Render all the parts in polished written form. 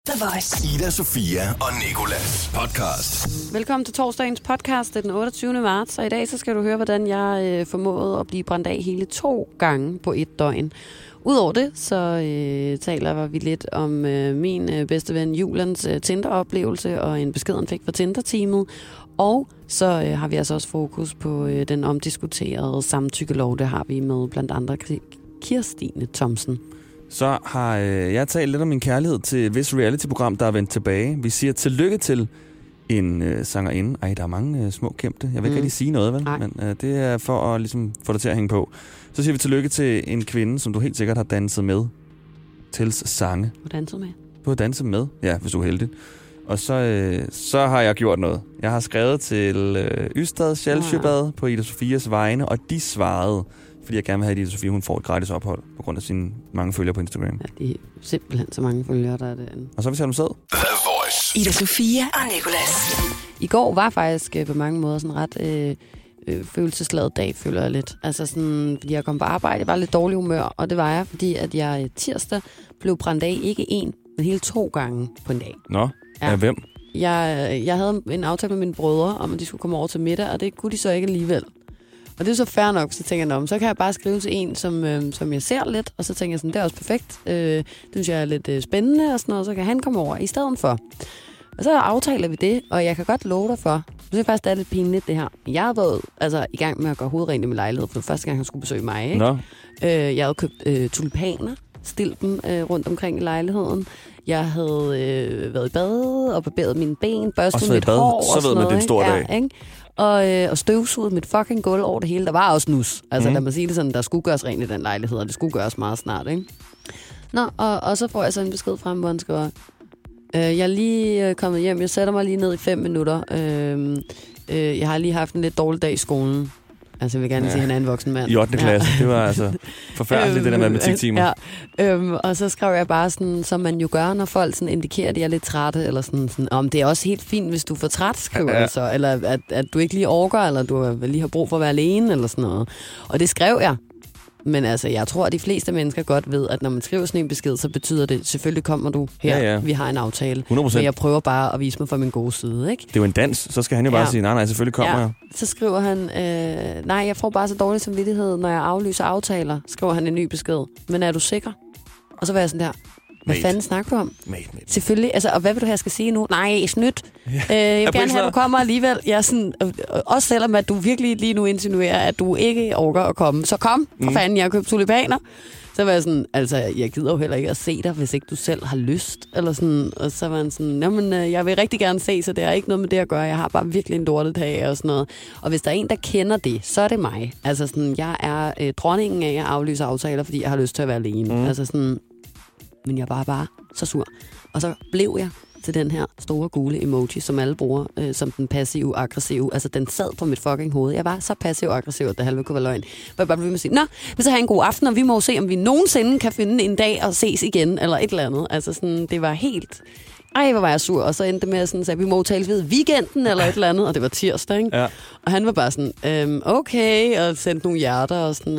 The Voice. Ida, Sofia og Nicolas podcast. Velkommen til torsdagens podcast. Det er den 28. marts, og i dag så skal du høre, hvordan jeg formåede at blive brændt af hele 2 gange på et døgn. Udover det, så taler vi lidt om min bedste ven Julians Tinder-oplevelse og en besked, han fik fra Tinder-teamet. Og så har vi altså også fokus på den omdiskuterede samtykkelov. Det har vi med blandt andre Kirstine Thomsen. Så har jeg talt lidt om min kærlighed til et vist reality-program, der er vendt tilbage. Vi siger tillykke til en sangerinde. Ej, der er mange små kæmpe. Jeg vil ikke rigtig sige noget, vel? Men det er for at ligesom, få det til at hænge på. Så siger vi tillykke til en kvinde, som du helt sikkert har danset med. Tils sange. Du danset med? Du har danset med? Ja, hvis du er heldig. Og så har jeg gjort noget. Jeg har skrevet til Ystad Sjælsjøbad på Ida Sofias vegne, og de svarede, fordi jeg gerne vil have, at Ida Sofia hun får et gratis ophold på grund af sine mange følgere på Instagram. Ja, det er simpelthen så mange følgere, der er det. Og så har vi sat dem sæd. The Voice. Ida Sofia og Nicolas. I går var faktisk på mange måder sådan ret følelsesladet dag, føler jeg lidt. Altså sådan, fordi jeg kom på arbejde, jeg var lidt dårlig humør, og det var jeg, fordi at jeg tirsdag blev brændt af ikke 1, men hele 2 gange på en dag. Nå, ja. Hvem? Jeg havde en aftale med mine brødre, om at de skulle komme over til middag, og det kunne de så ikke alligevel. Og det er så fair nok, så tænker jeg, så kan jeg bare skrive til en, som jeg ser lidt, og så tænker jeg sådan, det er også perfekt. Det synes jeg er lidt spændende og sådan noget, så kan han komme over i stedet for. Og så aftaler vi det, og jeg kan godt love dig for, jeg synes faktisk, det er lidt pinligt det her. Jeg har været i gang med at gøre hovedrent i min lejlighed, for det første gang, han skulle besøge mig. Ikke? Nå. Jeg havde købt tulipaner, stillet dem rundt omkring i lejligheden. Jeg havde været i bad og barberet mine ben, børstet mit hår og sådan noget. Så ved man, det er en stor dag. Ikke? Og støvsuget mit fucking gulv over det hele. Der var også nus. Altså lad mig sige det sådan, der skulle gøres rent i den lejlighed, og det skulle gøres meget snart, ikke? Nå, og så får jeg så en besked frem, hvor han skriver, jeg er lige kommet hjem, jeg sætter mig lige ned i 5 minutter. Jeg har lige haft en lidt dårlig dag i skolen. Altså, jeg vil gerne sige, at han er en voksen mand. I 8. klasse. Det var altså forfærdeligt, det der matematiktimer. Ja. Og så skrev jeg bare sådan, som man jo gør, når folk sådan indikerer, at de er lidt trætte, eller sådan om det er også helt fint, hvis du er for træt, skriver jeg så, eller at du ikke lige orker, eller du lige har brug for at være alene, eller sådan noget. Og det skrev jeg. Men altså, jeg tror, at de fleste mennesker godt ved, at når man skriver sådan en besked, så betyder det, selvfølgelig kommer du her, vi har en aftale. 100%. Men jeg prøver bare at vise mig fra min gode side, ikke? Det er jo en dans, så skal han jo bare sige, nej, selvfølgelig kommer jeg. Så skriver han, nej, jeg får bare så dårlig samvittighed, når jeg aflyser aftaler, skriver han en ny besked. Men er du sikker? Og så var jeg sådan der, hvad fanden snakker du om? Mate. Selvfølgelig, altså, og hvad vil du have, jeg skal sige nu? Nej, snydt. Jeg vil gerne have, at du kommer alligevel. Jeg er sådan, også selvom at du virkelig lige nu insinuerer, at du ikke orker at komme. Så kom, for fanden, jeg har købt tulipaner. Så var jeg sådan, altså, jeg gider jo heller ikke at se dig, hvis ikke du selv har lyst. Eller sådan, og så var han sådan, jamen, jeg vil rigtig gerne se, så det har ikke noget med det at gøre. Jeg har bare virkelig en lortedag og sådan noget. Og hvis der er en, der kender det, så er det mig. Altså sådan, jeg er dronningen af at aflyse aftaler, fordi jeg har lyst til at være alene. Altså sådan, men jeg var bare så sur. Og så blev jeg til den her store gule emoji, som alle bruger, som den passive-aggressive. Altså, den sad på mit fucking hoved. Jeg var så passiv-aggressiv, at det halve kunne være løgn. Hvor jeg bare blev med at sige, nå, men så har jeg en god aften, og vi må se, om vi nogensinde kan finde en dag og ses igen, eller et eller andet. Altså, sådan, det var helt... Ej, hvor var jeg sur. Og så endte det med at sige, at vi må tales ved weekenden, eller et eller andet. Og det var tirsdag, ikke? Ja. Og han var bare sådan, okay, og sendte nogle hjerter, og sådan,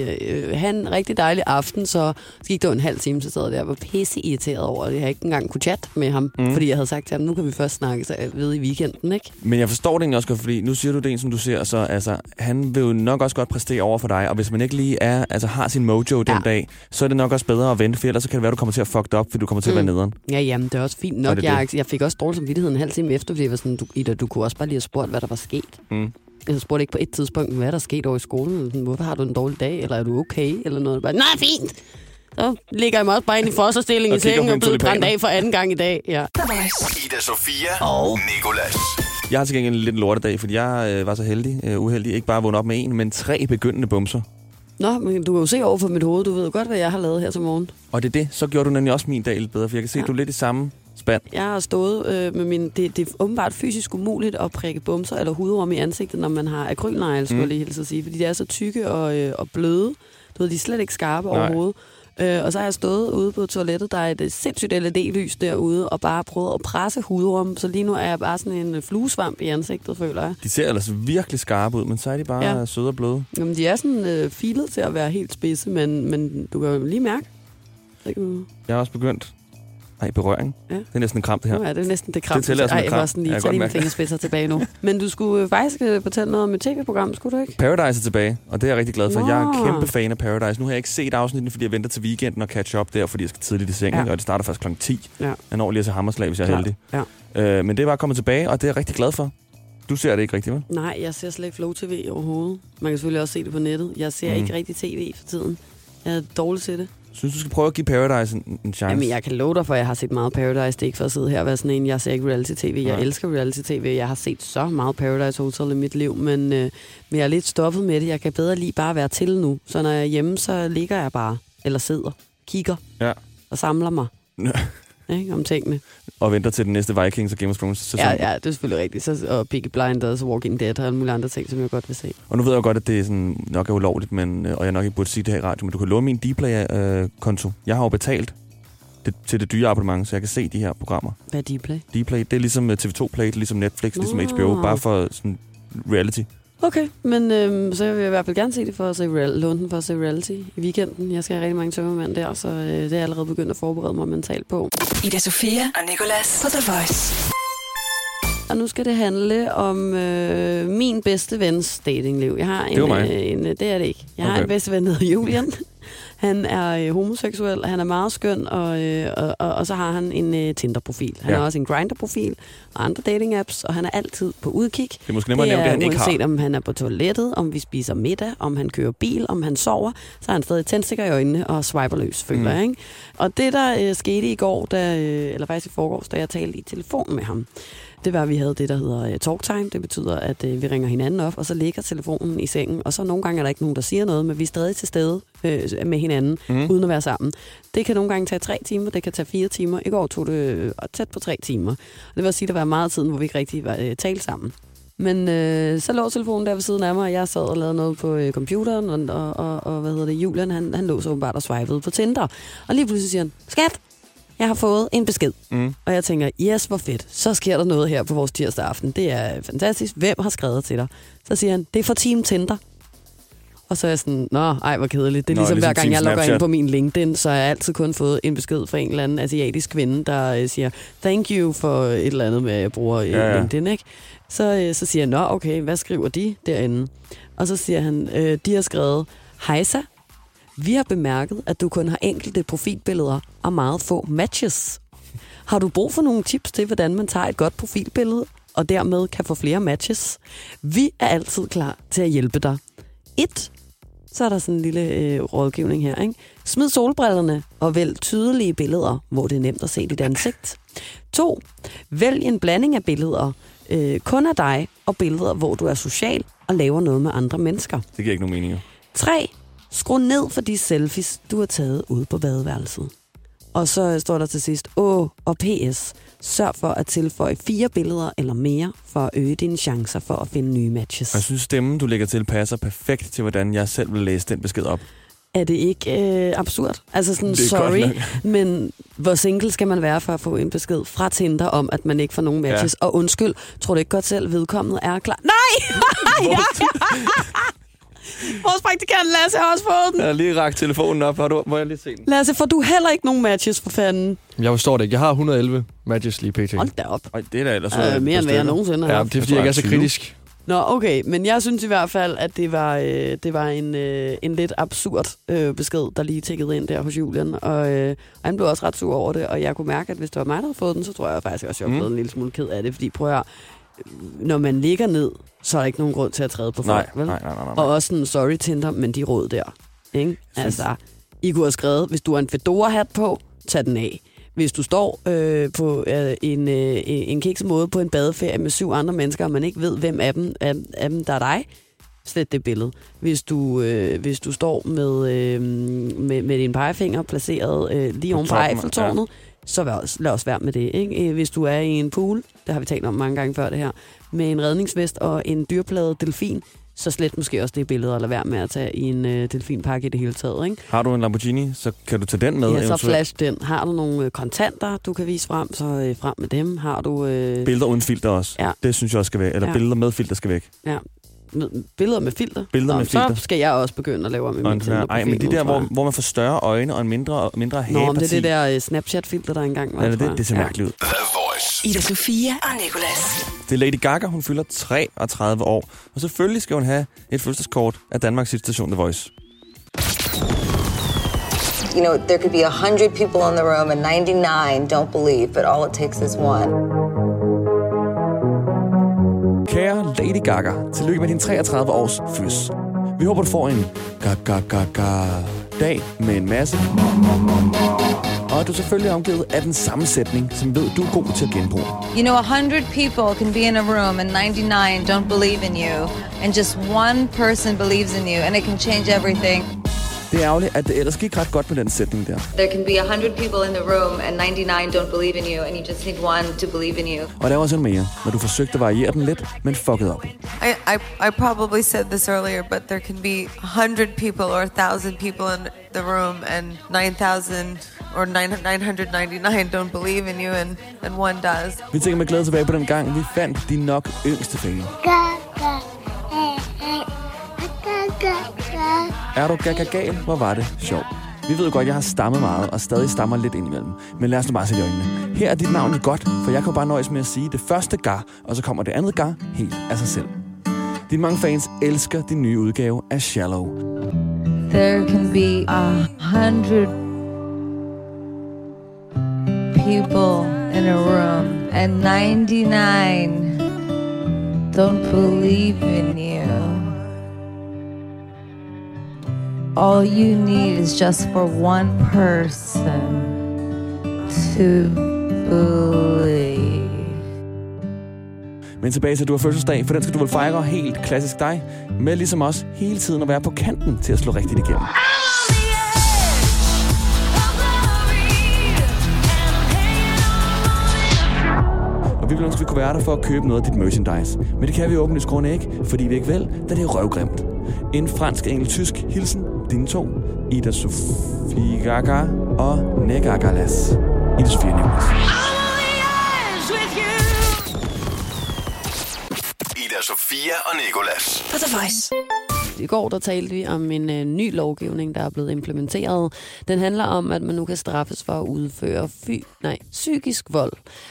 han en rigtig dejlig aften, så gik det en halv time, så sad jeg der og var pisse irriteret over det. Jeg havde ikke engang kunne chatte med ham, fordi jeg havde sagt til ham, nu kan vi først snakke så ved i weekenden, ikke? Men jeg forstår det egentlig også godt, fordi nu siger du det en, som du ser, så altså, han vil jo nok også godt præstere over for dig, og hvis man ikke lige har sin mojo den dag, så er det nok også bedre at vente, for ellers så kan det være, du kommer til at fuck op, fordi du kommer til at være nederen. Ja, jamen, det er også fint nok. Jeg fik også dårlig samvittighed en halv time efter, fordi jeg var sådan, Ida, du kunne også bare lige have spurgt, hvad der var sket. Jeg spurgte ikke på et tidspunkt, hvad der skete over i skolen. Hvorfor har du en dårlig dag? Eller er du okay? Eller noget. Bare, nej, fint! Så ligger jeg mig også bare ind i fosterstilling i sengen og blevet brændt af for anden gang i dag. Ja. Ida Sofia og Nicolas. Jeg har til gengæld en lidt lortedag, fordi jeg var så uheldig, ikke bare vågne op med 1, men 3 begyndende bumser. Nå, men du kan jo se over for mit hoved. Du ved godt, hvad jeg har lavet her til morgen. Og det er det. Så gjorde du nemlig også min dag lidt bedre, for jeg kan se, at du er lidt i samme spand. Jeg har stået med min... Det er åbenbart fysisk umuligt at prikke bumser eller hudrum i ansigtet, når man har akrylnegle, skulle jeg lige hilse at sige. Fordi de er så tykke og bløde. Du ved, de er slet ikke skarpe overhovedet. Og så har jeg stået ude på toilettet, der er et sindssygt LED-lys derude, og bare prøvet at presse hudrum. Så lige nu er jeg bare sådan en fluesvamp i ansigtet, føler jeg. De ser ellers virkelig skarpe ud, men så er de bare søde og bløde. Jamen, de er sådan filet til at være helt spidse, men du kan jo lige mærke. Jeg har også begyndt Nej, berøring. Ja. Det er næsten en kram, det her. Ja, det er næsten det kram. Det tæller som en kram. Jeg var sådan lige tage mine fingerspidser tilbage nu. Men du skulle faktisk fortælle noget om et tv-program, skulle du ikke? Paradise er tilbage, og det er jeg rigtig glad for. Wow. Jeg er kæmpe fan af Paradise. Nu har jeg ikke set afsnitten, fordi jeg venter til weekenden og catch up der, fordi jeg skal tidligt i seng, og det starter først kl. 10. Ja. Jeg når lige at se Hammerslag, hvis jeg er heldig. Ja. Men det er bare kommet tilbage, og det er jeg rigtig glad for. Du ser det ikke rigtigt, vel? Nej, jeg ser slet ikke Flow TV overhovedet. Man kan selvfølgelig også se det på nettet. Jeg ser ikke rigtig tv for tiden. Jeg er dårlig til det. Synes du skal prøve at give Paradise en chance? Jamen, jeg kan love dig, for jeg har set meget Paradise. Det er ikke for at sidde her og være sådan en, jeg ser ikke reality-tv. Jeg elsker reality-tv. Jeg har set så meget Paradise Hotel i mit liv, men jeg er lidt stoppet med det. Jeg kan bedre lige bare være til nu. Så når jeg er hjemme, så ligger jeg bare, eller sidder, kigger og samler mig. Ikke, om tingene. Og venter til den næste Vikings og Game of Thrones sæson. Ja, det er selvfølgelig rigtigt. Og Peaky Blinders, Walking Dead og alle mulige andre ting, som jeg godt vil se. Og nu ved jeg godt, at det er sådan, nok er ulovligt, og jeg nok ikke burde sige det her i radio, men du kan låne min Dplay-konto. Jeg har jo betalt til det dyre abonnement, så jeg kan se de her programmer. Hvad er Dplay? Dplay, det er ligesom TV2 Play, det er ligesom Netflix, ligesom HBO, bare for sådan reality. Okay, men så vil jeg i hvert fald gerne se det for at se låne den for at se reality i weekenden. Jeg skal have rigtig mange tømmermænd der, så det er allerede begyndt at forberede mig mentalt på. Ida Sofia og Nicolas på The Voice. Og nu skal det handle om min bedste vens datingliv. Jeg har det er det ikke. Jeg har en bedste ven, der hedder Julian. Han er homoseksuel, han er meget skøn, og så har han en Tinder-profil. Han har også en Grindr-profil og andre dating-apps, og han er altid på udkig. Det er måske nemmere at nævne det, han ikke har. Uanset om han er på toilettet, om vi spiser middag, om han kører bil, om han sover, så har han stadig tændstikker i øjnene og swiper løs, føler jeg, ikke? Og det, der skete i går, eller faktisk i forgårs, da jeg talte i telefon med ham, det var, at vi havde det, der hedder talktime. Det betyder, at vi ringer hinanden op, og så ligger telefonen i sengen. Og så nogle gange er der ikke nogen, der siger noget, men vi er stadig til stede med hinanden, uden at være sammen. Det kan nogle gange tage 3 timer, det kan tage 4 timer. I går tog det tæt på 3 timer. Og det vil sige, at der var meget tid, hvor vi ikke rigtig var talt sammen. Men så lå telefonen der ved siden af mig, og jeg sad og lavede noget på computeren, og Julian, han lå så åbenbart og swipede på Tinder. Og lige pludselig siger han, skat, jeg har fået en besked. Og jeg tænker, yes, hvor fedt. Så sker der noget her på vores tirsdag aften. Det er fantastisk. Hvem har skrevet til dig? Så siger han, det er fra Team Tinder. Og så er jeg sådan, hvor kedeligt. Det er ligesom hver gang jeg logger ind på min LinkedIn, så har jeg altid kun fået en besked fra en eller anden asiatisk kvinde, der siger, thank you for et eller andet med, at jeg bruger LinkedIn, ikke? Så siger jeg, okay, hvad skriver de derinde? Og så siger han, de har skrevet, hejsa, vi har bemærket, at du kun har enkelte profilbilleder og meget få matches. Har du brug for nogle tips til, hvordan man tager et godt profilbillede, og dermed kan få flere matches? Vi er altid klar til at hjælpe dig. 1. Så er der sådan en lille rådgivning her, ikke? Smid solbrillerne og vælg tydelige billeder, hvor det er nemt at se dit ansigt. 2. Vælg en blanding af billeder, kun af dig, og billeder, hvor du er social og laver noget med andre mennesker. Det giver ikke nogen mening. 3. Skru ned for de selfies, du har taget ude på badeværelset. Og så står der til sidst, og PS, sørg for at tilføje 4 billeder eller mere, for at øge dine chancer for at finde nye matches. Jeg synes, stemmen, du lægger til, passer perfekt til, hvordan jeg selv vil læse den besked op. Er det ikke absurd? Altså sådan, sorry, men hvor single skal man være for at få en besked fra Tinder om, at man ikke får nogen matches? Ja. Og undskyld, tror du ikke godt selv, vedkommende er klar? Nej! Vores praktikant Lasse har også fået den. Jeg har lige rakt telefonen op. Må jeg lige se den? Lasse, får du heller ikke nogen matches for fanden? Jeg forstår det ikke. Jeg har 111 matches lige pt. Hold da op. Det er da ellers mere end hvad jeg nogensinde har. Ja, det er fordi, jeg ikke er så kritisk. Nå, okay. Men jeg synes i hvert fald, at det var en lidt absurd besked, der lige tækkede ind der hos Julian. Og han blev også ret sur over det. Og jeg kunne mærke, at hvis det var mig, der havde fået den, så tror jeg faktisk også, at jeg blev en lille smule ked af det. Fordi prøv at når man ligger ned, så er der ikke nogen grund til at træde på folk, vel? Nej. Og også sådan, sorry Tinder, men de råd der, ikke? Altså, I kunne have skrevet, hvis du har en Fedora-hat på, tag den af. Hvis du står på en kiksemåde på en badeferie med 7 andre mennesker, og man ikke ved, hvem af dem der er dig, slet det billede. Hvis du står med din pegefinger placeret lige oven på Eiffeltårnet, så lad os være med det, ikke? Hvis du er i en pool, det har vi talt om mange gange før det her, med en redningsvest og en dyrpladet delfin, så slet måske også det billede, eller være med at tage i en delfinpakke i det hele taget, ikke? Har du en Lamborghini, så kan du tage den med. Ja, så flash den. Har du nogle kontanter, du kan vise frem, så frem med dem. Har du... Billeder uden filter også. Ja. Det synes jeg også skal væk. Eller billeder med filter skal væk. Ja. billeder med filter. Så skal jeg også begynde at lave om i min Tinder. Ej, men de der, hvor man får større øjne og en mindre hageparti. Nå, men det er det der Snapchat-filter, der engang var. Ja, det ser mærkeligt ud. The Voice. Ida Sofia og Nicolas. Det er Lady Gaga, hun fylder 33 år. Og selvfølgelig skal hun have et fødselskort af Danmarks station The Voice. You know, there could be 100 people in the room and 99 don't believe, but all it takes is one. Kære Lady Gaga, tillykke med din 33 års føds. Vi håber, du får en dag med en masse. Og at du selvfølgelig er omgivet af den sammensætning, som ved, du er god til at genbruge. You know, 100 people can be in a room and 99 don't believe in you. And just one person believes in you, and it can change everything. Det er ærgerligt, at det ellers gik ret godt med den sætning der. There can be 100 people in the room and 99 don't believe in you, and you just need one to believe in you. Og der var også en mere, når du forsøgte at variere den lidt, men fucked op. I probably said this earlier, but there can be 100 people or 1,000 people in the room, and 9,000 or 999 don't believe in you, and one does. Vi tænker med glæde tilbage på den gang, vi fandt de nok yngste fan. Er du gaga-gal? Hvor var det sjovt. Vi ved godt, jeg har stammet meget, og stadig stammer lidt indimellem. Men lad os nu bare se i øjnene. Her er dit navn jo godt, for jeg kan bare nøjes med at sige det første gar, og så kommer det andet gar helt af sig selv. Dine mange fans elsker din nye udgave af Shallow. There can be 100 people in a room, and 99 don't believe in you. All you need is just for one person to believe. Men tilbage til, at du har fødselsdag, for den skal du vel fejre helt klassisk dig, med ligesom os hele tiden at være på kanten til at slå rigtigt igennem. Og vi vil ønske, at vi kunne være der for at købe noget af dit merchandise. Men det kan vi åbenlyst grunde ikke, fordi vi ikke vil, da det er røvgrimt. En fransk, engelsk-tysk hilsen, dine to, Ida Sofia Gaga og Negagalas. Ida Sofia Nicolas. Ida Sofia og Nicolas. For The Voice. I går der talte vi om en ny lovgivning, der er blevet implementeret. Den handler om, at man nu kan straffes for at udføre psykisk vold.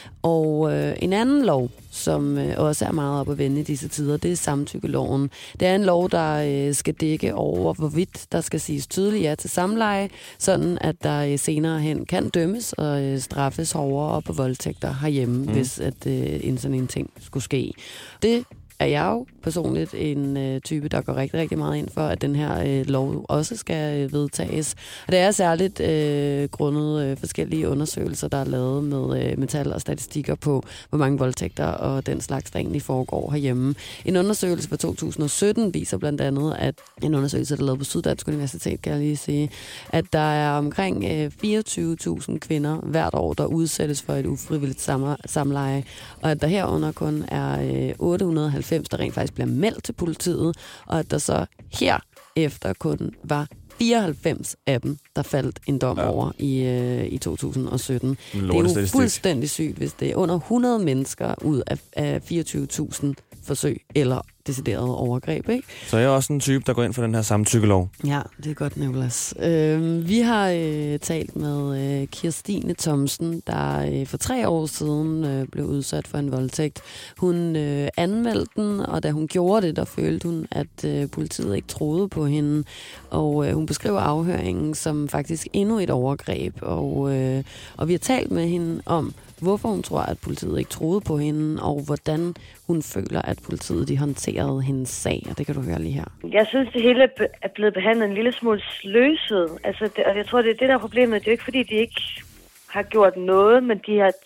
Og en anden lov, som også er meget op at vende i disse tider, det er samtykkeloven. Det er en lov, der skal dække over, hvorvidt der skal siges tydeligt ja til samleje, sådan at der senere hen kan dømmes og straffes hårdere på voldtægter herhjemme, hvis at en sådan en ting skulle ske. Det er jeg jo personligt en type, der går rigtig, rigtig meget ind for, at den her lov også skal vedtages. Og det er særligt grundet forskellige undersøgelser, der er lavet med tal og statistikker på, hvor mange voldtægter og den slags, der egentlig foregår herhjemme. En undersøgelse fra 2017 viser blandt andet, at en undersøgelse, der er lavet på Syddansk Universitet, kan jeg lige sige, at der er omkring 24.000 kvinder hvert år, der udsættes for et ufrivilligt samleje, og at der herunder kun er 890, der rent faktisk bliver meldt til politiet, og at der så herefter kun var 94 af dem, der faldt en dom over i 2017. Det er jo fuldstændig sygt, hvis det er under 100 mennesker ud af 24.000 forsøg eller deciderede overgreb, ikke? Så jeg er også en type, der går ind for den her samtykkelov. Ja, det er godt, Nicolas. Vi har talt med Kirstine Thomsen, der for 3 år siden blev udsat for en voldtægt. Hun anmeldte den, og da hun gjorde det, der følte hun, at politiet ikke troede på hende. Og hun beskriver afhøringen som faktisk endnu et overgreb. Og vi har talt med hende om, hvorfor hun tror, at politiet ikke troede på hende, og hvordan hun føler, at politiet de håndterede hendes sag. Og det kan du høre lige her. Jeg synes, det hele er blevet behandlet en lille smule sløset. Og jeg tror, det er det, der er problemet. Det er jo ikke, fordi de ikke har gjort noget, men de har,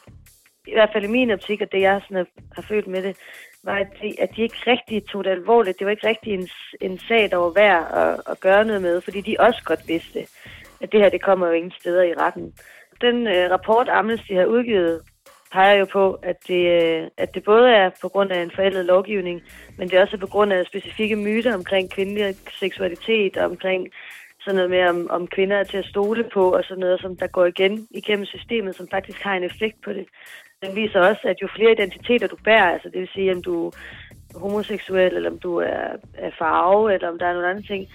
i hvert fald i min optik, og det jeg sådan har følt med det, var, at de ikke rigtig tog det alvorligt. Det var ikke rigtig en sag, der var værd at gøre noget med, fordi de også godt vidste, at det her det kommer jo ingen steder i retten. Den rapport, Amnesty har udgivet, peger jo på, at det både er på grund af en forældet lovgivning, men det er også på grund af specifikke myter omkring kvindelig seksualitet, og omkring sådan noget med, om kvinder er til at stole på, og sådan noget, som der går igen igennem systemet, som faktisk har en effekt på det. Den viser også, at jo flere identiteter du bærer, altså det vil sige, at du homoseksuel, eller om du er af farve, eller om der er nogle andre ting,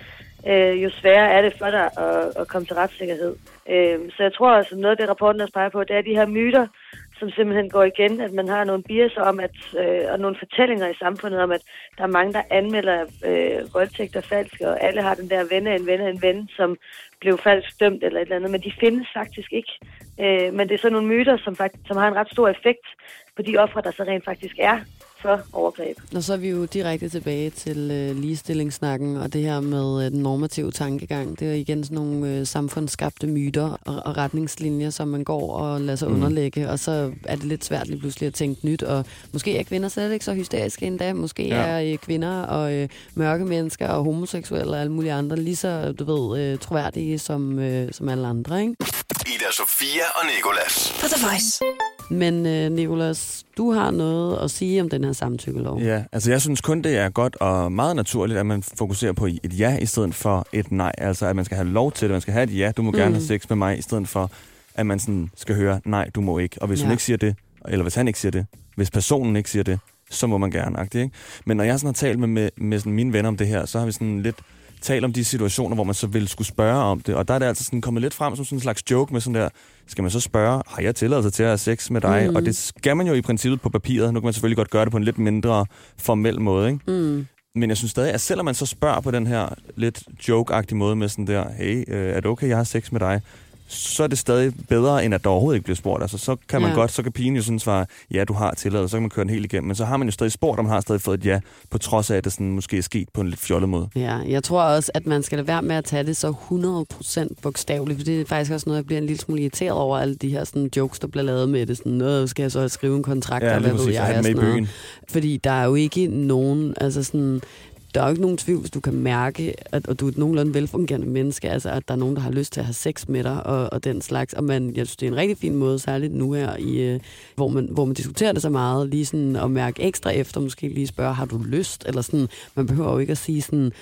jo sværere er det for dig at komme til retssikkerhed. Så jeg tror også, noget af det rapporten også peger på, det er de her myter, som simpelthen går igen, at man har nogle biaser om, og nogle fortællinger i samfundet om, at der er mange, der anmelder voldtægter falsk, og alle har den der en ven, som blev falsk dømt eller et eller andet, men de findes faktisk ikke. Men det er sådan nogle myter, som har en ret stor effekt på de ofre, der så rent faktisk er for overgreb. Og så er vi jo direkte tilbage til ligestillingssnakken og det her med den normative tankegang. Det er igen sådan nogle samfundsskabte myter og retningslinjer, som man går og lader sig underlægge, og så er det lidt svært lige pludselig at tænke nyt, og måske er kvinder slet ikke så hysteriske endda. Måske er kvinder og mørke mennesker og homoseksuelle og alle mulige andre lige så, troværdige som alle andre, ikke? Ida Sofia og Nicolas. På The Voice. Men Nicolas, du har noget at sige om den her samtykkelov. Ja, altså jeg synes kun, det er godt og meget naturligt, at man fokuserer på et ja i stedet for et nej. Altså at man skal have lov til det, man skal have et ja, du må gerne have sex med mig, i stedet for at man sådan skal høre, nej, du må ikke. Og hvis hun ikke siger det, eller hvis han ikke siger det, hvis personen ikke siger det, så må man gerne, ikke? Men når jeg sådan har talt med sådan mine venner om det her, så har vi sådan lidt tale om de situationer, hvor man så vil skulle spørge om det. Og der er det altså sådan kommet lidt frem som sådan en slags joke med sådan der, skal man så spørge, har jeg tilladelse til at have sex med dig? Og det skal man jo i princippet på papiret. Nu kan man selvfølgelig godt gøre det på en lidt mindre formel måde, ikke? Men jeg synes stadig, at selvom man så spørger på den her lidt joke-agtige måde med sådan der, hey, er det okay, jeg har sex med dig? Så er det stadig bedre, end at der overhovedet ikke bliver spurgt. Altså, så kan man godt, så kan pigen jo sådan svare, ja, du har tilladelse, så kan man køre den helt igennem. Men så har man jo stadig spurgt, og man har stadig fået et ja, på trods af, at det sådan måske er sket på en lidt fjollet måde. Ja, jeg tror også, at man skal lade være med at tage det så 100% bogstaveligt, for det er faktisk også noget, jeg bliver en lille smule irriteret over, alle de her sådan jokes, der bliver lavet med det. Sådan noget, skal jeg så skrive en kontrakt, og hvad ved jeg, og sådan noget. Fordi der er jo ikke nogen, altså sådan... Der er jo ikke nogen tvivl, hvis du kan mærke, at du er et nogenlunde velfungerende menneske, altså at der er nogen, der har lyst til at have sex med dig og den slags. Og jeg synes, det er en rigtig fin måde, særligt nu her, hvor man diskuterer det så meget, lige sådan at mærke ekstra efter, måske lige spørge, har du lyst? Eller sådan, man behøver jo ikke at sige sådan,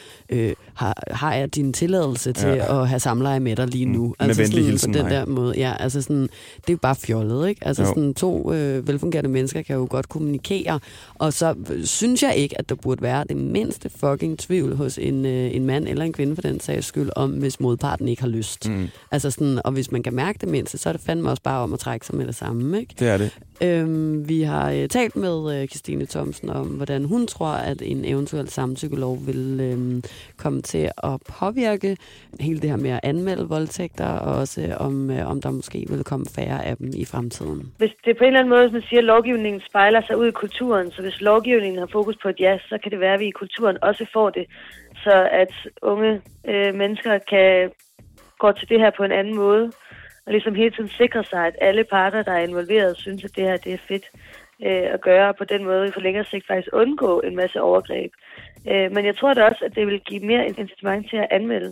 har jeg din tilladelse til at have samleje med dig lige nu? Altså med venlig hilsen, på den der måde. Ja, altså sådan, det er jo bare fjollet, ikke? Altså sådan, to velfungerende mennesker kan jo godt kommunikere, og så synes jeg ikke, at der burde være det mindste fucking tvivl hos en mand eller en kvinde for den sags skyld, om hvis modparten ikke har lyst. Altså sådan, og hvis man kan mærke det mindste, så er det fandme også bare om at trække sig med det samme, ikke? Det er det. Vi har talt med Kirstine Thomsen om, hvordan hun tror, at en eventuel samtykkelov vil komme til at påvirke hele det her med at anmelde voldtægter, og også om der måske vil komme færre af dem i fremtiden. Hvis det på en eller anden måde, som man siger, lovgivningen spejler sig ud i kulturen, så hvis lovgivningen har fokus på et ja, så kan det være, at vi i kulturen også får det, så at unge mennesker kan gå til det her på en anden måde, og ligesom hele tiden sikre sig, at alle parter, der er involveret, synes, at det her det er fedt at gøre, og på den måde for længere sigt faktisk undgå en masse overgreb. Men jeg tror da også, at det vil give mere incitament til at anmelde,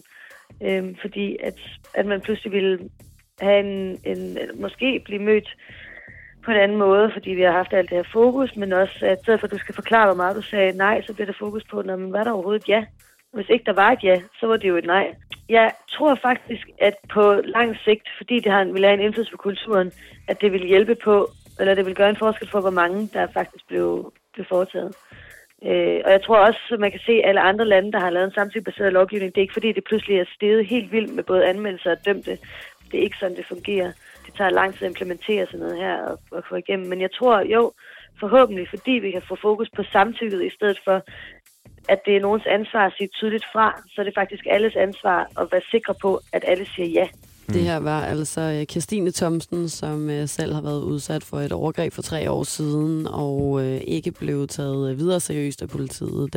fordi at man pludselig vil have måske blive mødt på en anden måde, fordi vi har haft alt det her fokus, men også, at stedet for at du skal forklare, hvor meget du sagde nej, så bliver der fokus på, men var der overhovedet et ja? Hvis ikke der var et ja, så var det jo et nej. Jeg tror faktisk, at på lang sigt, fordi det vil have en indflydelse på kulturen, at det vil hjælpe på, eller det vil gøre en forskel for, hvor mange der faktisk blev foretaget. Og jeg tror også, at man kan se, at alle andre lande, der har lavet en samtykkebaseret lovgivning, det er ikke fordi, det pludselig er steget helt vildt med både anmeldelser og dømte. Det er ikke sådan, det fungerer. Det tager lang tid at implementere sådan noget her og få igennem. Men jeg tror jo, forhåbentlig, fordi vi kan få fokus på samtykket i stedet for, at det er nogens ansvar at sige tydeligt fra, så er det faktisk alles ansvar at være sikre på, at alle siger ja. Det her var altså Kirstine Thomsen, som selv har været udsat for et overgreb for 3 år siden, og ikke blev taget videre seriøst af politiet,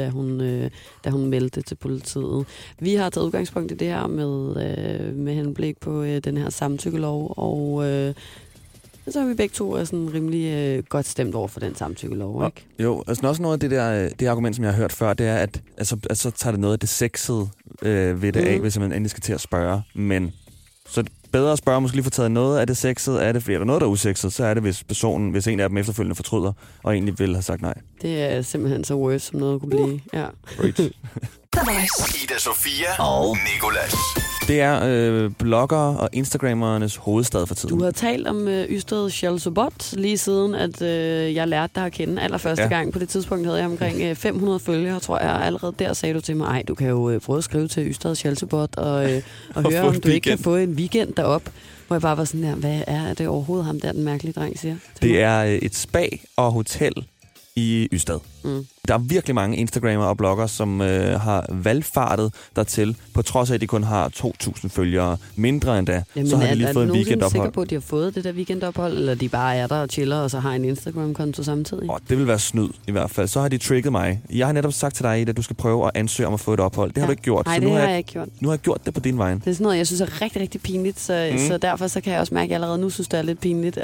da hun meldte til politiet. Vi har taget udgangspunkt i det her med henblik på den her samtykkelov, og så er vi begge to sådan rimelig godt stemt over for den samtykkelov, ikke? Jo, altså også noget af det argument, som jeg har hørt før, det er, at så tager det noget af det sexede ved det af, hvis man endelig skal til at spørge, men så er det bedre at spørge, måske lige få taget noget af det sexede af det, fordi er der noget, der er usexet, så er det, hvis en af dem efterfølgende fortryder, og egentlig vil have sagt nej. Det er simpelthen så worse, som noget kunne blive. Ja. The Voice. Ida Sofia og Nicolas. Det er bloggere og instagrammernes hovedstad for tiden. Du har talt om Ystad Charlottenlund lige siden, at jeg lærte dig at kende allerførste gang. På det tidspunkt havde jeg omkring 500 følgere, tror jeg. Allerede der sagde du til mig, ej, du kan jo prøve at skrive til Ystad Charlottenlund og høre, om du ikke kan få en weekend derop. Hvor jeg bare var sådan der, hvad er det overhovedet ham der, den mærkelige dreng siger? Det er et spa og hotel i Ystad. Der er virkelig mange Instagrammer og blogger, som har valgfartet dertil, på trods af, at de kun har 2.000 følgere. Mindre end da. Jamen, så har de lige fået en weekendophold. Er du sikker på, at de har fået det der weekendophold, eller de bare er der og chiller, og så har en Instagram-konto samtidig? Det vil være snyd i hvert fald. Så har de trigget mig. Jeg har netop sagt til dig, at du skal prøve at ansøge om at få et ophold. Det har du ikke gjort. Nej, så det nu har jeg ikke gjort. Nu har jeg gjort det på din vej. Det er sådan noget, jeg synes er rigtig, rigtig pinligt, så derfor så kan jeg også mærke, at jeg allerede nu synes, det er lidt pinligt.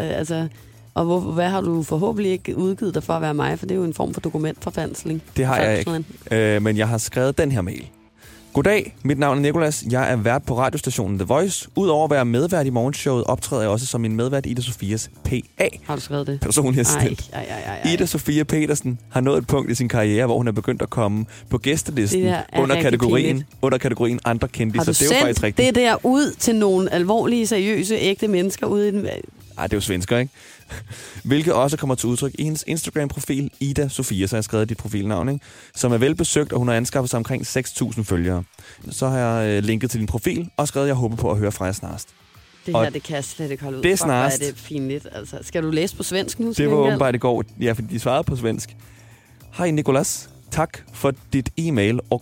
Og hvad har du forhåbentlig ikke udgivet dig for at være mig? For det er jo en form for dokumentforfalskning. Det har jeg ikke. Men jeg har skrevet den her mail. Goddag, mit navn er Nicolas. Jeg er vært på radiostationen The Voice. Udover at være medvært i morgenshowet, optræder jeg også som en medvært i Ida Sofias PA. Har du skrevet det? Personlig assistent. Ida Sofia Petersen har nået et punkt i sin karriere, hvor hun er begyndt at komme på gæstelisten under kategorien andre kendte. Har du så det er jo faktisk rigtigt. Det der ud til nogle alvorlige, seriøse, ægte mennesker ude i den... Ej, det er jo svensker, ikke? Hvilket også kommer til udtryk i hendes Instagram-profil, Ida Sofia, så har jeg skrevet dit profilnavn, ikke? Som er velbesøgt, og hun har anskaffet sig omkring 6.000 følgere. Så har jeg linket til din profil, og skrevet, at jeg håber på at høre fra jer snarest. Det her, det kan jeg slet ikke holde ud. Det er snarest. Det er pinligt, altså. Skal du læse på svensk nu? Det var åbenbart i går, ja, fordi de svarede på svensk. Hej Nicolas, tak for dit e-mail og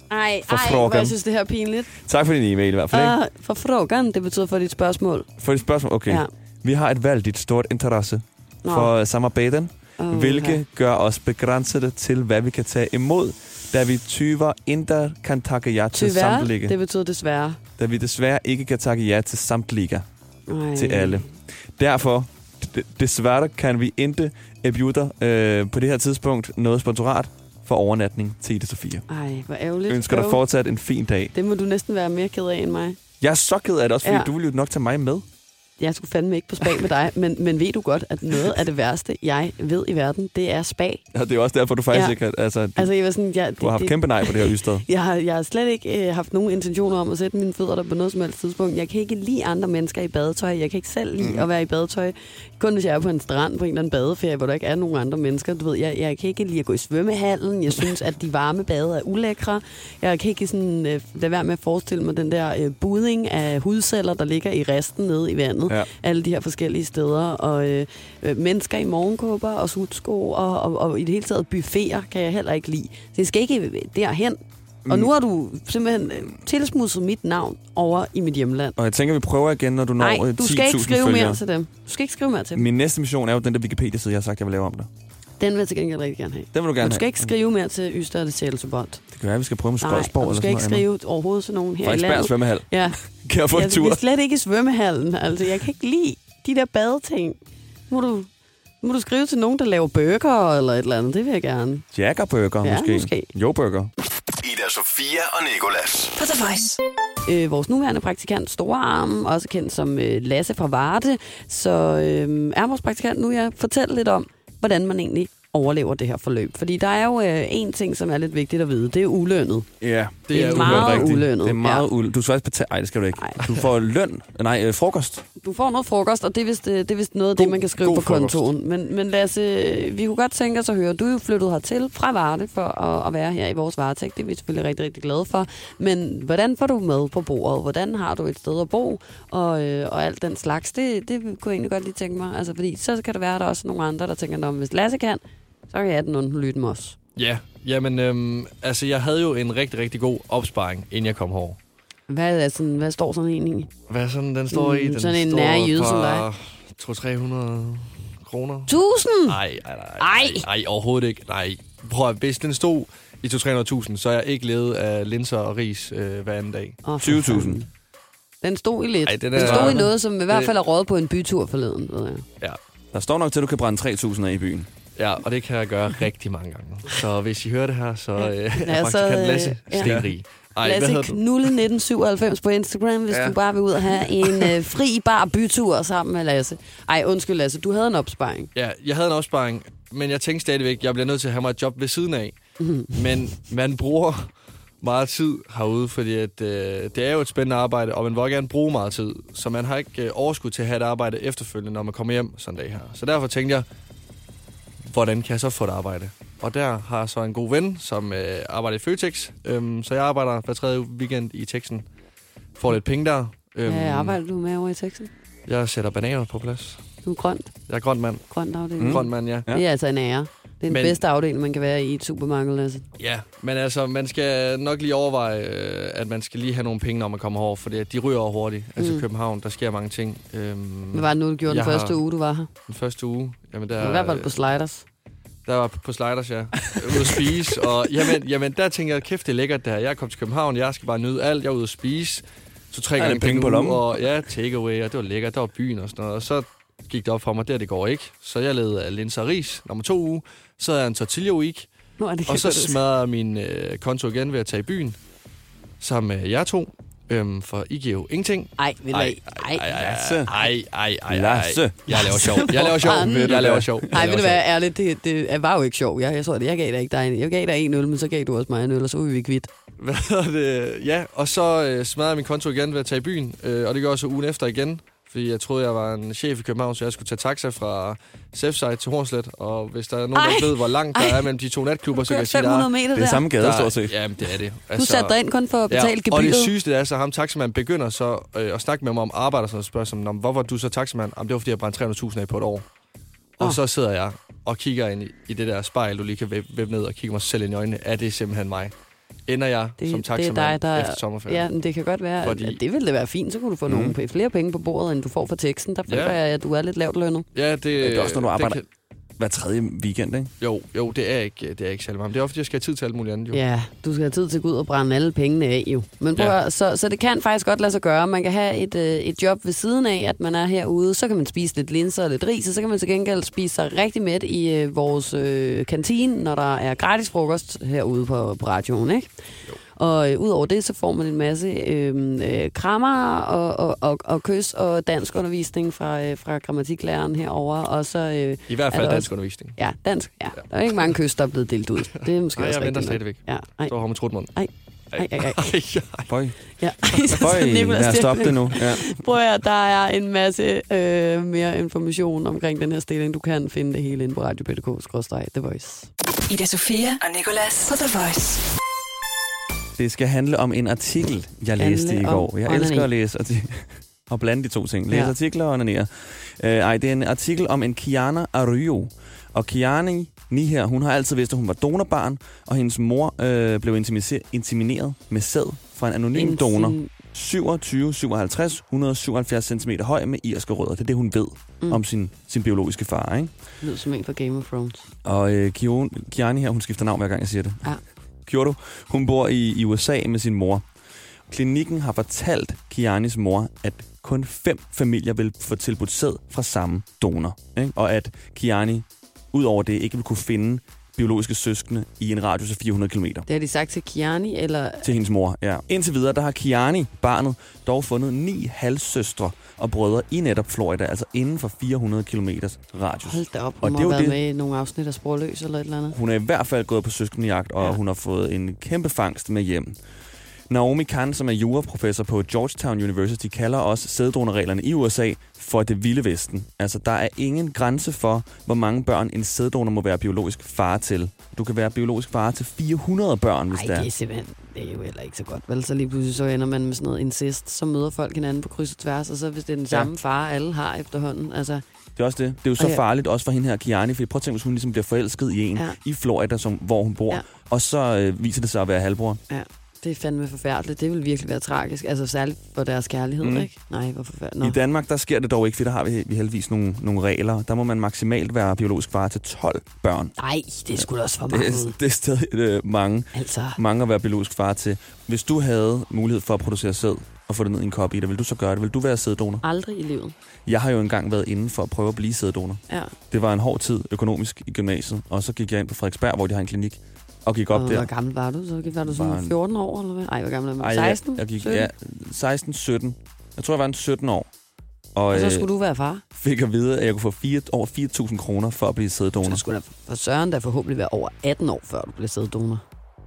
hvor jeg synes, det her er pinligt. Tak for din e-mail i hvert fald, ikke? For frågan, det betyder for dit spørgsmål. For dit spørgsmål, okay. Ja. Vi har et vældigt stort interesse for samarbejden, hvilket gør os begrænsede til, hvad vi kan tage imod, da vi tyver ikke kan takke ja til samtlige. Det betyder desværre. Da vi desværre ikke kan takke ja til samtlige. Til alle. Derfor, desværre kan vi ikke erbjuder på det her tidspunkt noget sponsorat for overnatning til Ida Sofia. Ej, hvor ærgerligt. Ønsker dig fortsat en fin dag. Det må du næsten være mere ked af end mig. Jeg er så ked af det også, fordi du vil jo nok tage mig med. Jeg skulle fandme ikke på spa med dig, men ved du godt, at noget af det værste, jeg ved i verden, det er spa. Ja, det er også derfor, du faktisk ikke har... Jeg var sådan, du har haft kæmpe nej på det her Ystad. Jeg har slet ikke haft nogen intentioner om at sætte mine fødder der på noget som helst tidspunkt. Jeg kan ikke lide andre mennesker i badetøj. Jeg kan ikke selv lide at være i badetøj. Kun hvis jeg er på en strand på en eller anden badeferie, hvor der ikke er nogen andre mennesker. Du ved, jeg kan ikke lide at gå i svømmehallen. Jeg synes, at de varme bade er ulækre. Jeg kan ikke sådan lade være med at forestille mig den der budding af hudceller, der ligger i resten nede i vandet. Ja. Alle de her forskellige steder, og mennesker i morgenkåber og sutsko, og i det hele taget buffeter kan jeg heller ikke lide. Så jeg skal ikke derhen. Og nu har du simpelthen tilsmudset mit navn over i mit hjemland. Og jeg tænker, vi prøver igen, når du når 10.000 følgere. Nej, du skal ikke skrive mere til dem. Du skal ikke skrive mere til dem. Min næste mission er jo den der Wikipedia-side, jeg har sagt, jeg vil lave om dig. Den vil jeg til gengæld rigtig gerne have. Den vil du gerne have. Du skal ikke skrive mere til Ystad Charlottenlund. Det kan være, vi skal prøve med Skodsborg eller sådan noget. Du skal ikke skrive overhovedet til nogen her i landet. Frederiksberg svømmehal. Ja. Kan jeg få en tur? Jeg er slet ikke i svømmehallen. Altså, jeg kan ikke lide de der badeting. Nu må du skrive til nogen, der laver burger eller et eller andet. Det vil jeg gerne. Jaggerburger måske. Jo-burger. Ida Sofia og Nicolas. For The Voice. Vores nuværende praktikant Storarm, også kendt som Lasse fra Varde, så er vores praktikant nu. Jeg fortæller lidt om, hvordan man egentlig overlever det her forløb. Fordi der er jo en ting, som er lidt vigtigt at vide. Det er ulønnet. Ja, det er meget ulønnet. Det er meget ulønnet. Du skal også betale... Nej, det skal du ikke. Nej. Du får frokost. Du får noget frokost, og det er vist noget af det, man kan skrive på kontoen. Men Lasse, vi kunne godt tænke os at høre, du er jo flyttet hertil fra Varde for at være her i vores varetægt. Det er vi selvfølgelig rigtig, rigtig glade for. Men hvordan får du med på bordet? Hvordan har du et sted at bo? Og alt den slags, det kunne jeg egentlig godt lige tænke mig. Altså, fordi så kan der være, der også nogle andre, der tænker, hvis Lasse kan, så kan jeg den lytte med os. Ja, jamen, jeg havde jo en rigtig, rigtig god opsparing, inden jeg kom herover. Hvad står sådan en i? Hvad sådan den står i? Den sådan en nær jyde som dig? 200-300 kroner. 1000? Nej, overhovedet ikke. Nej, prøv at, hvis den stod i 200-300.000, så er jeg ikke levet af linser og ris hver anden dag. 20.000. Den stod i lidt. Ej, den stod i noget, som i hvert fald er råd på en bytur forleden, ved jeg. Ja. Der står nok til, at du kan brænde 3.000 af i byen. Ja, og det kan jeg gøre rigtig mange gange. Så hvis I hører det her, så er praktikant Lasse stenrig. Lasse Knulle 1997 på Instagram, hvis du bare vil ud og have en fri bar bytur sammen med Lasse. Ej, undskyld Lasse, du havde en opsparing. Ja, jeg havde en opsparing, men jeg tænkte stadigvæk, jeg bliver nødt til at have mig et job ved siden af. Men man bruger meget tid herude, fordi at, det er jo et spændende arbejde, og man vil gerne bruge meget tid, så man har ikke overskud til at have et arbejde efterfølgende, når man kommer hjem sådan en dag her. Så derfor tænkte jeg, hvordan kan jeg så få et arbejde? Og der har jeg så en god ven, som arbejder i Føtex, så jeg arbejder hver 3. weekend i Texen. Får lidt penge der. Hvad arbejder du med over i Texen? Jeg sætter bananer på plads. Du er grønt? Jeg er grønt mand. Grønt afdeling? Grønt mand, ja. Det er altså en ære. Det er den bedste afdeling, man kan være i et supermarked, Lasse. Ja, men altså, man skal nok lige overveje, at man skal lige have nogle penge, når man kommer herover, for de ryger over hurtigt. Altså i København, der sker mange ting. Hvad var det nu, du gjorde den første uge, du var her? Den første uge? Jamen, der i hvert fald på Sliders. Der var på Sliders, ja. Ude at spise, og jamen, der tænker jeg, kæft, det er lækkert det her. Jeg er kommet til København, jeg skal bare nyde alt, jeg er ude at spise. Så 3 gange penge på lommen. Og ja, takeaway, og det var lækkert, der var byen og sådan noget. Og så gik det op for mig, det går ikke. Så jeg lavede linser og ris nummer 2 uge. Så havde jeg en tortilla week. Og så smadrede jeg min konto igen ved at tage i byen. Sammen med jer to. For I giver jo ingenting. Ej, ved du hvad? Lasse. Jeg laver sjov. Ej, ved du hvad, ærligt, det var jo ikke sjov. Jeg tror, jeg gav dig ikke dig. Jeg gav dig 1 øl, men så gav du også mig en øl, og så var vi kvidt. Ja, og så smadrede jeg min konto igen ved at tage i byen. Og det gjorde jeg så ugen efter igen. Fordi jeg troede, jeg var en chef i København, så jeg skulle tage taxa fra Safeside til Hornslet. Og hvis der er nogen, der ved, hvor langt der er mellem de 2 natklubber, så kan jeg sige, der det er samme gade, stort set. Jamen, det er det. Altså, du satte dig ind kun for at betale gebyret. Og det sygeste er, så ham taxamanden begynder så at snakke med mig om arbejde, og så spørger som, hvorfor var du så taxamand? Jamen, det var, fordi jeg brændte 300.000 af på et år. Og så sidder jeg og kigger ind i det der spejl, du lige kan vippe ned og kigger mig selv ind i øjnene. Er det simpelthen mig? Ender jeg som taxamand efter sommerferien? Ja, men det kan godt være, fordi det ville da være fint. Så kunne du få nogle flere penge på bordet, end du får for teksten. Der føler jeg, at du er lidt lavt lønnet. Ja, det er også, når du arbejder hver 3. weekend, ikke? Jo, det er ikke særlig meget. Men det er ofte, jeg skal have tid til alt muligt andet, jo. Ja, du skal have tid til at gå ud og brænde alle pengene af, jo. Men prøv, så det kan faktisk godt lade sig gøre. Man kan have et job ved siden af, at man er herude. Så kan man spise lidt linser og lidt ris, og så kan man til gengæld spise sig rigtig mæt i vores kantine, når der er gratis frokost herude på radioen, ikke? Jo. Og udover det, så får man en masse krammer og kys og danskundervisning fra grammatiklæreren herover. Og så, i hvert fald danskundervisning. Ja, dansk. Ja. Der er ikke mange kys, der er blevet delt ud. Det er måske også jeg venter stadigvæk. Ja, står her med trutmund. Bøj. Ja. Lad os stoppe det nu. Ja. Prøv at der er en masse mere information omkring den her stilling. Du kan finde det hele inde på radio.dk/The Voice. Ida Sofia og Nicolas på The Voice. Det skal handle om en artikel, jeg læste i går. Jeg elsker at læse og blande de 2 ting. Læse artikler og onanere. Det er en artikel om en Kiana Arroyo. Og Kiani her, hun har altid vidst, at hun var donorbarn, og hendes mor blev insemineret med sæd fra en anonym donor. 27, 177 cm høj med irske rødder. Det er det, hun ved om sin biologiske far, ikke? Det lyder som en fra Game of Thrones. Og Kiani her, hun skifter navn hver gang, jeg siger det. Ja. Kyoto. Hun bor i USA med sin mor. Klinikken har fortalt Kianis mor, at kun 5 familier vil få tilbudt sæd fra samme donor. Ikke? Og at Kiani, ud over det, ikke vil kunne finde biologiske søskende i en radius af 400 km. Det har de sagt til Kiani, eller? Til hendes mor, ja. Indtil videre, der har Kiani, barnet, dog fundet 9 halvsøstre og brødre i netop Florida, altså inden for 400 km radius. Hold da op, hun har været med i nogle afsnit af Sporløs eller et eller andet. Hun er i hvert fald gået på søskendejagt, og hun har fået en kæmpe fangst med hjem. Naomi Khan, som er juraprofessor på Georgetown University, kalder også sæddonorreglerne i USA for det vilde vesten. Altså, der er ingen grænse for, hvor mange børn en sæddonor må være biologisk far til. Du kan være biologisk far til 400 børn, hvis det er. Det er simpelthen, det er jo heller ikke så godt. Vel, så lige pludselig så ender man med sådan noget incest, så møder folk hinanden på kryds og tværs, og så hvis det er den samme far, alle har efterhånden. Altså, det er også det. Det er jo så farligt, også for hende her, Kiani, for prøv at tænke, hvis hun ligesom bliver forelsket i en i Florida, hvor hun bor, og så viser det sig at være halvbror. Ja. Det er fandme forfærdeligt. Det vil virkelig være tragisk. Altså særligt for deres kærlighed, ikke? Nej, hvor forfærdeligt. I Danmark, der sker det dog ikke, for der har vi heldigvis nogle regler. Der må man maksimalt være biologisk far til 12 børn. Nej, det er sgu da også for mange. Det er stadig mange at være biologisk far til. Hvis du havde mulighed for at producere sæd og få det ned i en kop i dig, vil du så gøre det? Vil du være sæddonor? Aldrig i livet. Jeg har jo engang været inde for at prøve at blive sæddonor. Ja. Det var en hård tid økonomisk i gymnasiet, og så gik jeg ind på Frederiksberg, hvor de har en klinik. Og gik op der. Hvor gammel var du? Så var du sådan 14 år, eller hvad? Ej, hvor gammel er man? 16? Jeg gik, 16, 17. Jeg tror, jeg var en 17 år. Og så skulle du være far? Fik at vide, at jeg kunne få over 4.000 kroner for at blive sæddonor. Så skulle der for søren der forhåbentlig være over 18 år, før du blev sæddonor.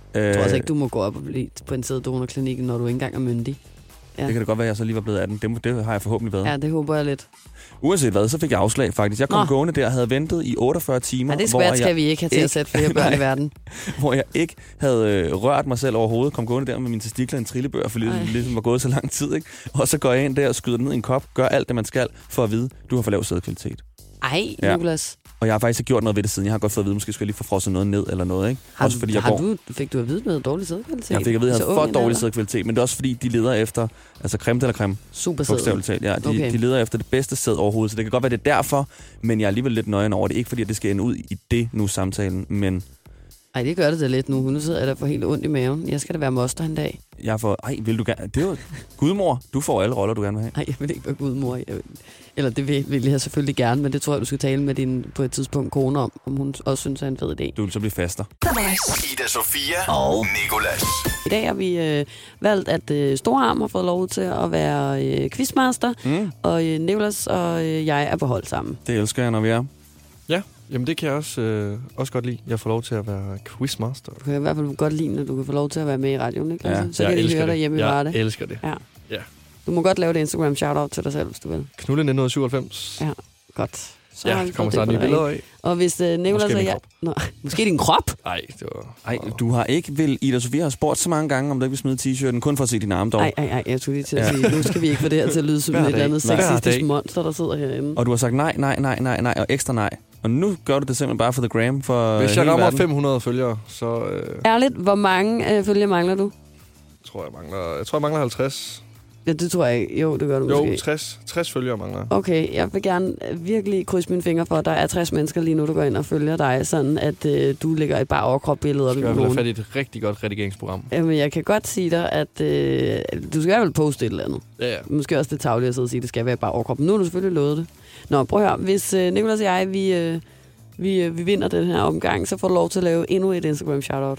Jeg tror også ikke, du må gå op på en sæddonorklinik, når du ikke engang er myndig. Ja. Det kan da godt være, at jeg så lige var blevet 18. Det har jeg forhåbentlig været. Ja, det håber jeg lidt. Uanset hvad, så fik jeg afslag faktisk. Jeg kom gående der og havde ventet i 48 timer. Ja, det svært skal vi ikke have til at sætte flere børn i verden. Hvor jeg ikke havde rørt mig selv overhovedet. Kom gående der med mine testikler i en trillebør, for ligesom var gået så lang tid. Ikke? Og så går jeg ind der og skyder ned i en kop, gør alt det, man skal, for at vide, du har for lav sædkvalitet. Ej, Nicolas. Og jeg har faktisk ikke gjort noget ved det siden. Jeg har godt fået at vide, måske skal jeg lige få frosset noget ned eller noget. Ikke? Også fordi fik du at vide med dårlig sædkvalitet? Jeg fik at vide, at jeg havde for dårlig sædkvalitet, men det er også fordi, de leder efter, altså creme eller creme. Super sæd. Ja, de leder efter det bedste sæd overhovedet, så det kan godt være, det er derfor, men jeg er alligevel lidt nøgen over det. Ikke fordi, at det skal ende ud i det nu samtalen, men... Ej, det gør det da lidt nu. Nu sidder jeg der for helt ondt i maven. Jeg skal da være moster en dag. Jeg får... Ej, vil du gerne... Det er jo... Gudmor, du får alle roller, du gerne vil have. Nej, jeg vil ikke være gudmor. Eller det vil jeg selvfølgelig gerne, men det tror jeg, du skal tale med din på et tidspunkt kone om hun også synes er en fed idé. Du vil så blive faster. Ida Sofia og Nicolas. I dag har vi valgt, at Storarm har fået lov til at være quizmaster, og Nicolas og jeg er på hold sammen. Det elsker jeg, når vi er. Ja. Jamen, det kan jeg også godt lide. Jeg får lov til at være quizmaster. Du kan i hvert fald godt lide, når du kan få lov til at være med i radioen, ikke? Ja, så kan de høre dig hjemme i Varde. Jeg elsker det. Ja. Du må godt lave det Instagram shout-out til dig selv, hvis du vil. Knulle 1997. Ja, godt. Så der kommer snart nye billeder af. Og hvis Nicolas og jeg... Måske din krop? Nej, det var... Ej, du har ikke vel... Ida Sofia har spurgt så mange gange, om du ikke vil smide t-shirten, kun for at se din arme dog. Ej, jeg skulle lige til at sige, nu skal vi ikke få det her til at lyde som et eller andet sexistisk monster, der sidder herinde. Og du har sagt nej, og ekstra nej. Og nu gør du det simpelthen bare for the gram for hvis jeg rammer 500 følgere, så... Ærligt, hvor mange følgere mangler du? Jeg tror, jeg mangler 50. Ja, det tror jeg ikke. Jo, det gør du måske. Jo, 60 følgere mangler. Okay, jeg vil gerne virkelig krydse mine fingre for, at der er 60 mennesker lige nu, der går ind og følger dig, sådan at du lægger et bare overkrop-billede op i nogen. Du skal i hvert fald have fat i et rigtig godt redigeringsprogram. Jamen, jeg kan godt sige dig, at du skal i hvert fald poste et eller andet. Ja. Måske også det tavlige at sidde og sige, at det skal være bare overkrop. Nu har du selvfølgelig lovet det. Nå, prøv at høre. Hvis Nicolas og jeg, vi vinder den her omgang, så får du lov til at lave endnu et Instagram shoutout.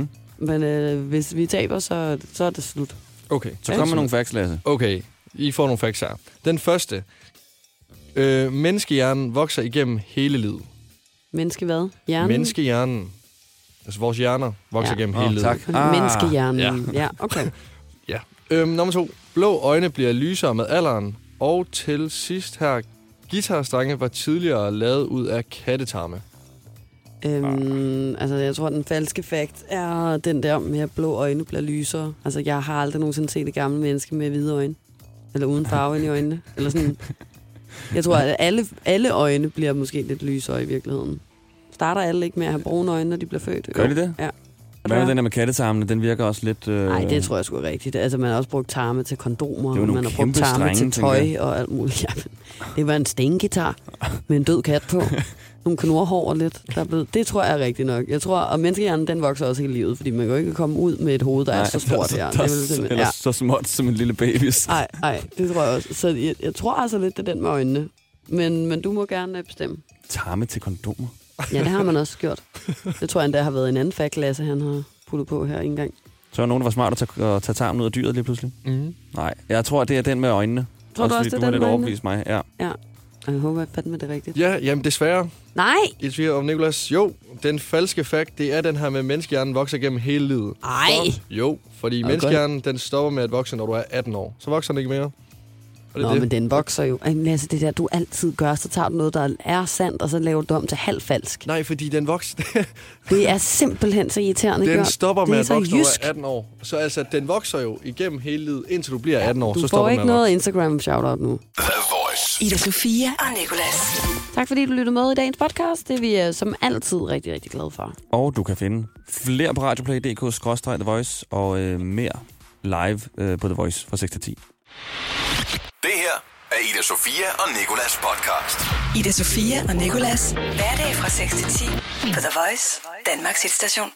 Men hvis vi taber, så er det slut. Okay. Så kom med nogle facts, Lasse. Okay, I får nogle facts her. Den første. Menneskehjernen vokser igennem hele livet. Menneske hvad? Hjernen? Menneskehjernen. Altså vores hjerner vokser igennem hele livet. Tak. Menneskehjernen. Ja, okay. Ja. Nummer 2. Blå øjne bliver lysere med alderen. Og til sidst her, guitarstrenge var tidligere lavet ud af kattetarme. Altså, jeg tror, den falske fact er den der med, at blå øjne bliver lysere. Altså, jeg har aldrig nogensinde set et gammelt menneske med hvide øjne. Eller uden farve ind i øjnene. Eller sådan. Jeg tror, at alle øjne bliver måske lidt lysere i virkeligheden. Starter alle ikke med at have brune øjne, når de bliver født? Gør de det? Ja. Hvad med den der med kattetarmene? Den virker også lidt... Nej, det tror jeg sgu rigtigt. Altså, man har også brugt tarme til kondomer, og man har brugt tarme til tøj og alt muligt. Ja, det var en stengitar med en død kat på. Nogle knorhår og lidt. Det tror jeg er rigtigt nok. Jeg tror, og menneskehjernen, den vokser også hele livet, fordi man kan jo ikke komme ud med et hoved, der er så stort her. Eller så småt som en lille babys. Nej, det tror jeg også. Så jeg tror altså lidt, det er den med øjnene. Men du må gerne bestemme. Tarme til kondomer? Ja, det har man også gjort. Det tror jeg endda har været en anden fact-klasse, han har puttet på her en gang. Så er nogen, der var smart at tage tarmen ud af dyret lige pludselig? Nej, jeg tror, det er den med øjnene. Tror du også, det er den med øjnene? Du må lidt overbevise mig, ja. Jeg håber, jeg fandt med det rigtigt. Ja, jamen desværre. Nej! I siger om Nicolas, jo, den falske fact, det er den her med, at menneskehjernen vokser gennem hele livet. Nej! Jo, fordi menneskehjernen, den stopper med at vokse, når du er 18 år. Så vokser den ikke mere. Men den vokser jo. Altså det der, du altid gør, så tager du noget, der er sandt, og så laver du om til halvfalsk. Nej, fordi den vokser... det er simpelthen så irriterende. Den stopper med at vokse, når du er 18 år. Så altså, den vokser jo igennem hele livet, indtil du bliver 18 år. Så stopper den. Du får ikke noget Instagram shoutout nu. The Voice. Ida Sofia og Nicolas. Tak fordi du lyttede med i dagens podcast. Det er vi som altid rigtig, rigtig glade for. Og du kan finde flere på radioplay.dk/The Voice og mere live på The Voice fra 6 til 10. Det her er Ida Sofia og Nicolas podcast. Ida Sofia og Nicolas. Hverdag fra 6 til 10 på The Voice, Danmarks hitstation.